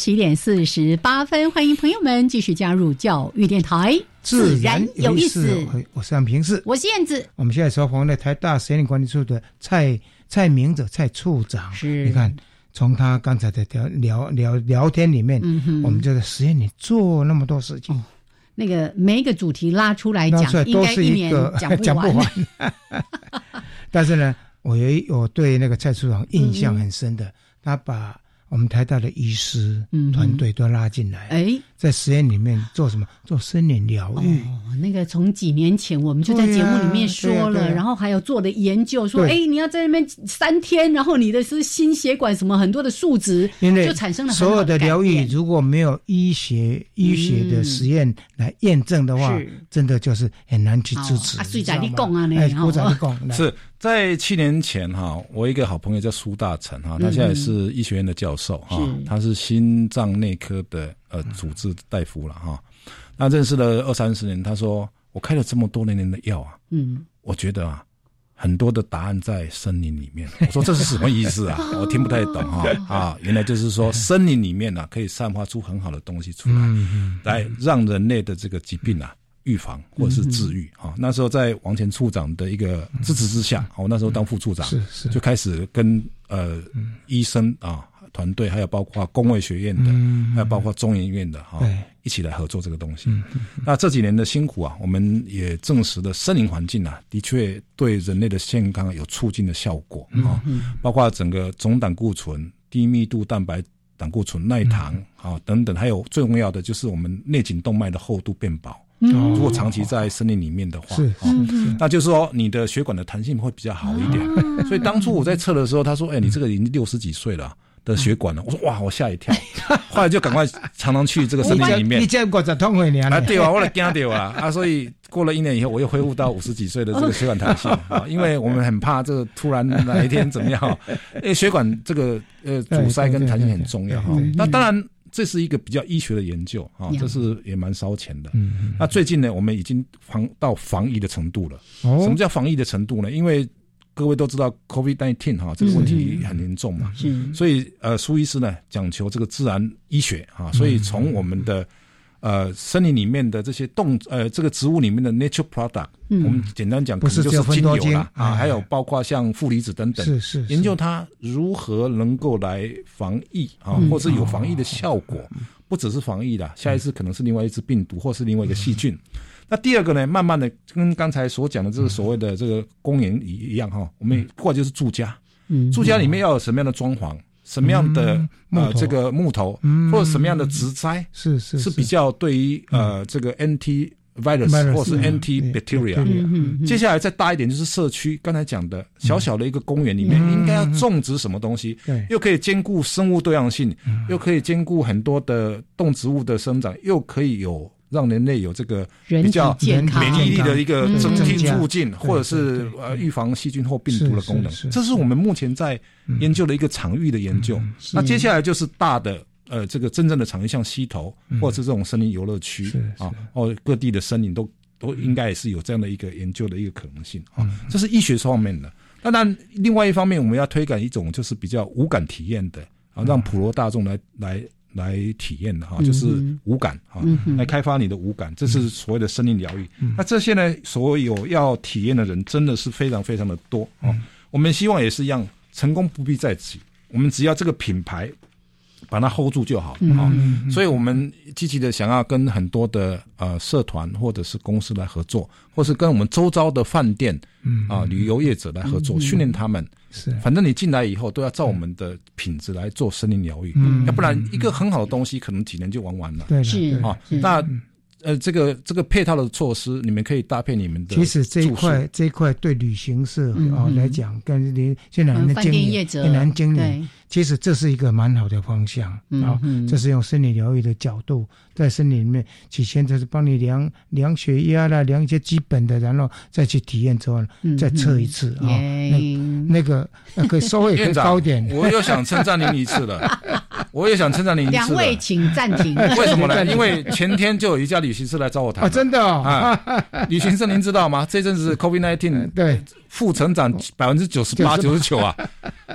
11:48，欢迎朋友们继续加入教育电台， 自然有意思。我是安平士， 我是燕子。 我们现在所访问的台大森林管理处的蔡明哲蔡处长， 是你看从他刚才的聊天里面，我们这个实验里做那么多事情。 那个每一个主题拉出来讲，应该一年讲不完。 但是呢，我对那个蔡处长印象很深的，他把我们台大的医师团队都拉进来，在实验里面做什么？做森林疗愈。 那个从几年前我们就在节目里面说了，然后还有做的研究说，你要在那边3天，然后你的是心血管什么很多的数值就产生了很好所有的疗愈，如果没有医学的实验来验证的话，真的就是很难去支持。 水仔你讲啊， 是在7年前哈，我一个好朋友叫苏大成哈，他现在是医学院的教授哈，他是心脏内科的主治大夫了哈。那认识了20-30年，他说我开了这么多年的药啊，我觉得啊，很多的答案在森林里面。我说这是什么意思啊？我听不太懂哈原来就是说森林里面啊，可以散发出很好的东西出来，来让人类的这个疾病啊预防或者是治愈那时候在王前处长的一个支持之下，我那时候当副处长，就开始跟医生团队，还有包括公卫学院的，还有包括中研院的一起来合作这个东西。那这几年的辛苦啊，我们也证实了森林环境啊，的确对人类的健康有促进的效果包括整个总胆固醇、低密度蛋白胆固醇、耐糖等等，还有最重要的就是我们内颈动脉的厚度变薄。如果长期在森林里面的话，那就是说你的血管的弹性会比较好一点。所以当初我在测的时候，他说：“你这个已经60几岁了的血管了。”我说：“哇，我吓一跳。”后来就赶快常常去这个森林里面。 你这过着痛快年了对啊，我来惊掉啊！所以过了1年以后，我又恢复到50几岁的这个血管弹性因为我们很怕这个突然哪一天怎么样因为血管这个阻塞跟弹性很重要那当然。这是一个比较医学的研究这是也蛮烧钱的。那最近呢，我们已经到防疫的程度了。什么叫防疫的程度呢？因为各位都知道 COVID-19 这个问题很严重嘛，所以苏医师呢讲求这个自然医学所以从我们的森林里面的这些这个植物里面的 natural product，我们简单讲可能就是精油啦还有包括像负离子等等，研究它如何能够来防疫或是有防疫的效果，不只是防疫啦，下一次可能是另外一只病毒或是另外一个细菌。那第二个呢，慢慢的跟刚才所讲的这个所谓的这个公园一样我们过来就是住家，住家里面要有什么样的装潢，什么样的这个木头或者什么样的植栽是比较对于这个 anti-virus 或是 anti-bacteria。接下来再大一点就是社区，刚才讲的小小的一个公园里面应该要种植什么东西，又可以兼顾生物多样性，又可以兼顾很多的动植物的生长，又可以有让人类有这个比较免疫力的一个增进促进，或者是预防细菌或病毒的功能。这是我们目前在研究的一个场域的研究。那接下来就是大的这个真正的场域，像溪头或者是这种森林游乐区各地的森林都应该也是有这样的一个研究的一个可能性这是医学方面的。当然另外一方面我们要推广一种就是比较无感体验的让普罗大众来体验的就是五感来开发你的五感，这是所谓的森林疗愈。那这些呢，所有要体验的人真的是非常非常的多我们希望也是一样，成功不必在己，我们只要这个品牌把它 hold 住就好所以我们积极的想要跟很多的社团或者是公司来合作，或是跟我们周遭的饭店旅游业者来合作，训练他们。反正你进来以后都要照我们的品质来做森林疗愈要不然一个很好的东西可能几年就玩完了。 是那这个配套的措施，你们可以搭配你们的。 其实这一块对旅行社来讲，跟你现在的经营很难经营。其实这是一个蛮好的方向这是用森林疗愈的角度，在森林里面起先就是帮你量血压啦，量一些基本的，然后再去体验之后再测一次那个可以收费可以高点。 我又想称赞您一次了两位请暂停。 为什么呢？因为前天就有一家旅行社来找我谈真的旅行社您知道吗？这阵子 COVID-19 对负成长98%、99%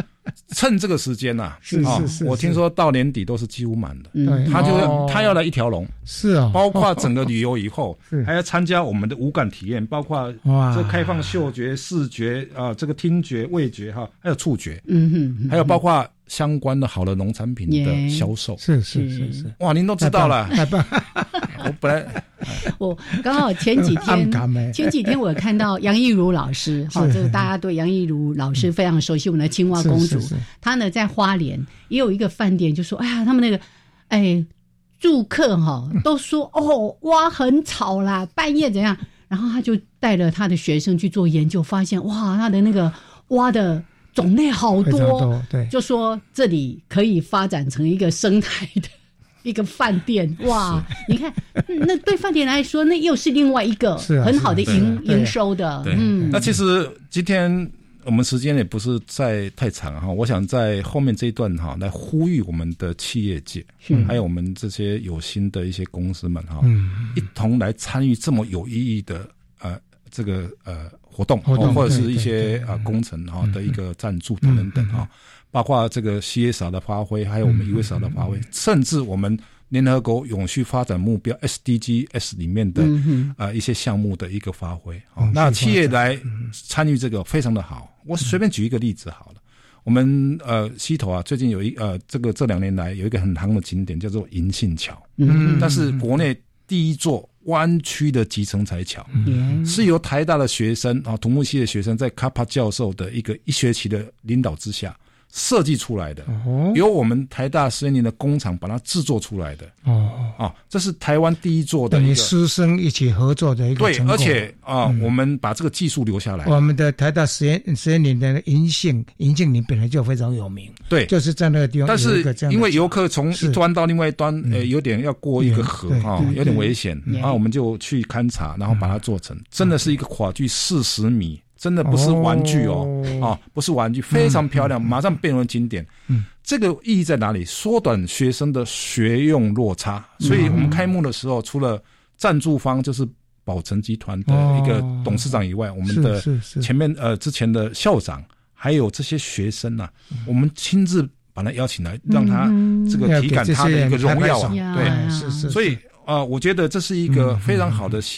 趁这个时间呐， 是， 我听说到年底都是几乎满的。 对， 他要来一条龙， 是啊， 包括整个旅游以后，还要参加我们的五感体验，包括这开放嗅觉、视觉这个听觉、味觉还有触觉，还有包括相关的好的农产品的销售， 是， 哇，您都知道了， 太棒！ 我本来我刚好前几天我看到杨懿如老师，这个大家对杨懿如老师非常熟悉，我们的青蛙公主，她呢在花莲也有一个饭店，就说哎呀，他们那个住客都说蛙很吵啦，半夜怎样，然后他就带了他的学生去做研究，发现哇，他的那个蛙的种类好多， 对， 就说这里可以发展成一个生态的一个饭店，哇！你看，那对饭店来说，那又是另外一个很好的营收的。 那其实今天我们时间也不是太长我想在后面这一段来呼吁我们的企业界，还有我们这些有心的一些公司们一同来参与这么有意义的这个活动或者是一些工程的一个赞助等等包括这个 CSR 的发挥，还有我们 USR 的发挥，甚至我们联合国永续发展目标 SDGs 里面的一些项目的一个发挥那企业来参与这个非常的好。我随便举一个例子好了，我们溪头最近有这2年来有一个很夯的景点叫做银杏桥，但是国内第一座湾区的集成材桥，是由台大的学生土木系的学生在卡帕教授的一学期的领导之下设计出来的，由我们台大实验林的工厂把它制作出来的。这是台湾第一座的一个师生一起合作的一个成果。 对，而且我们把这个技术留下来。 我们的台大实验林的银杏林本来就非常有名， 对， 就是在那个地方。 但是因为游客从一端到另外一端，有点要过一个河有点危险，然后我们就去勘察，然后把它做成，真的是一个跨距40米。真的不是玩具不是玩具，非常漂亮，马上变成景点。这个意义在哪里？缩短学生的学用落差。所以我们开幕的时候，除了赞助方就是宝成集团的一个董事长以外，我们的前面之前的校长，还有这些学生我们亲自把他邀请来，让他这个体感他的一个荣耀对，所以。我觉得这是一个非常好的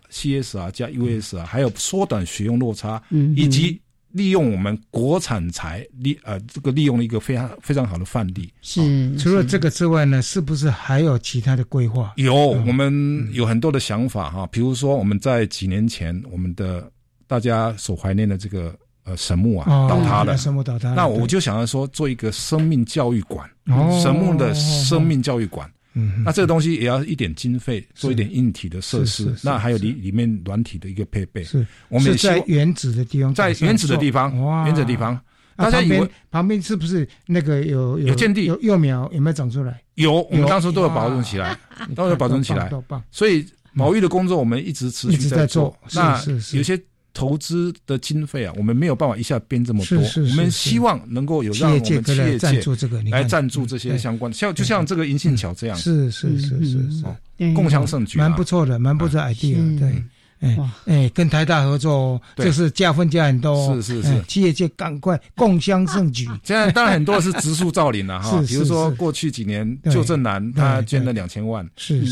CSR 加 USR， 还有缩短学用落差，以及利用我们国产材这个利用一个非常非常好的范例。 除了这个之外呢，是不是还有其他的规划？ 有，我们有很多的想法比如说我们在几年前，我们的大家所怀念的这个神木倒塌了， 神木倒塌了， 那我就想要说做一个生命教育馆，神木的生命教育馆。那这个东西也要一点经费，做一点硬体的设施，那还有里面软体的一个配备。我们也在原址的地方， 在原址的地方，大家以为旁边是不是那个有建地有幼苗有没有长出来？ 有，我们当初都有保存起来，都有保存起来。所以保育的工作我们一直持续在做。那有些投资的经费我们没有办法一下编这么多，我们希望能够有让我们企业界来赞助这些相关的，就像这个银杏桥这样， 是共襄盛举， 蛮不错的 idea， 对。跟台大合作这是加分加很多， 是企业界赶快共襄盛举。 现在当然很多是植树造林了比如说过去几年旧镇南他捐了2000万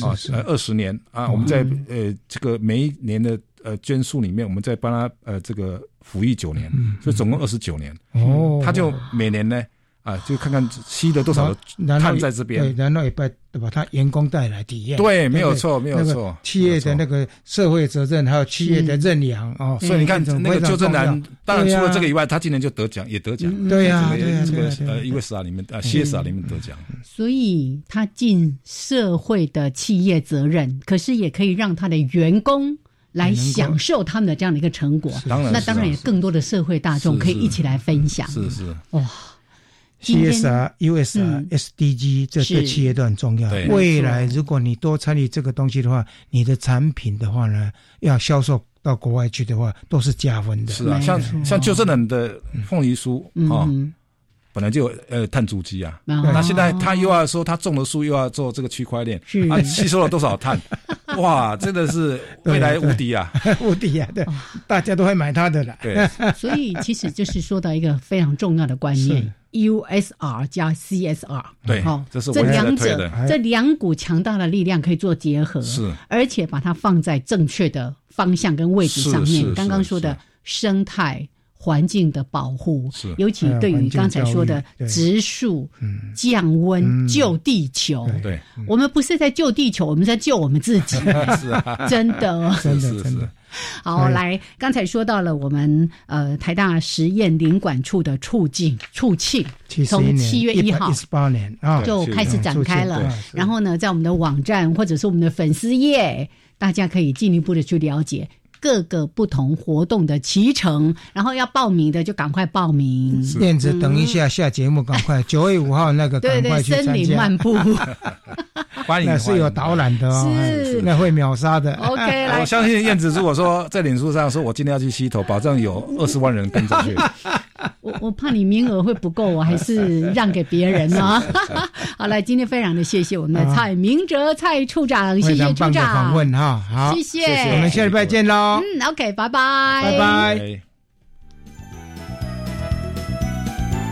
，20年我们在这个每一年的捐树里面，我们再帮他这个抚育9年，所以总共29年。他就每年呢就看看吸了多少的碳在这边， 对，然后也把他员工带来体验。 对，没有错。 企业的那个社会责任，还有企业的认养所以你看那个旧镇南，当然除了这个以外，他今年就得奖，也得奖。 对呀， 这个USR 里面CSR 里面得奖。 所以他尽社会的企业责任，可是也可以让他的员工来享受他们的这样的一个成果。那当然也更多的社会大众可以一起来分享。哇 ！CSR、USR、SDG 这对企业都很重要。未来如果你多参与这个东西的话，你的产品的话呢，要销售到国外去的话，都是加分的。 是像旧镇南的凤梨酥本来就有碳足迹那现在他又要说他种的树又要做这个区块链，吸收了多少碳？哇，真的是未来无敌无敌对，大家都会买他的了。 对， 所以其实就是说到一个非常重要的观念。 USR 加 CSR， 对，这是我一直在推的。 这两股强大的力量可以做结合， 是， 而且把它放在正确的方向跟位置上面。刚刚说的生态环境的保护，尤其对于刚才说的植树、降温、救地球， 对， 我们不是在救地球，我们在救我们自己， 是啊， 真的， 真的。 好，来，刚才说到了我们台大实验林管处的促庆，从7月1号 18年就开始展开了。然后呢，在我们的网站或者是我们的粉丝页，大家可以进一步的去了解各个不同活动的期程，然后要报名的就赶快报名。 燕子，等一下下节目赶快9月5号那个赶快去参加。 森林漫步。 欢迎， 那是有导览的哦，是那会秒杀的。 OK， 我相信燕子如果说在脸书上说我今天要去溪头，保证有20万人跟着去。 我怕你名额会不够，我还是让给别人呢。好了，今天非常的谢谢我们的蔡明哲蔡处长，谢谢处长访问哈，好， 谢谢， 我们下礼拜见喽。 OK， 拜拜， 拜拜。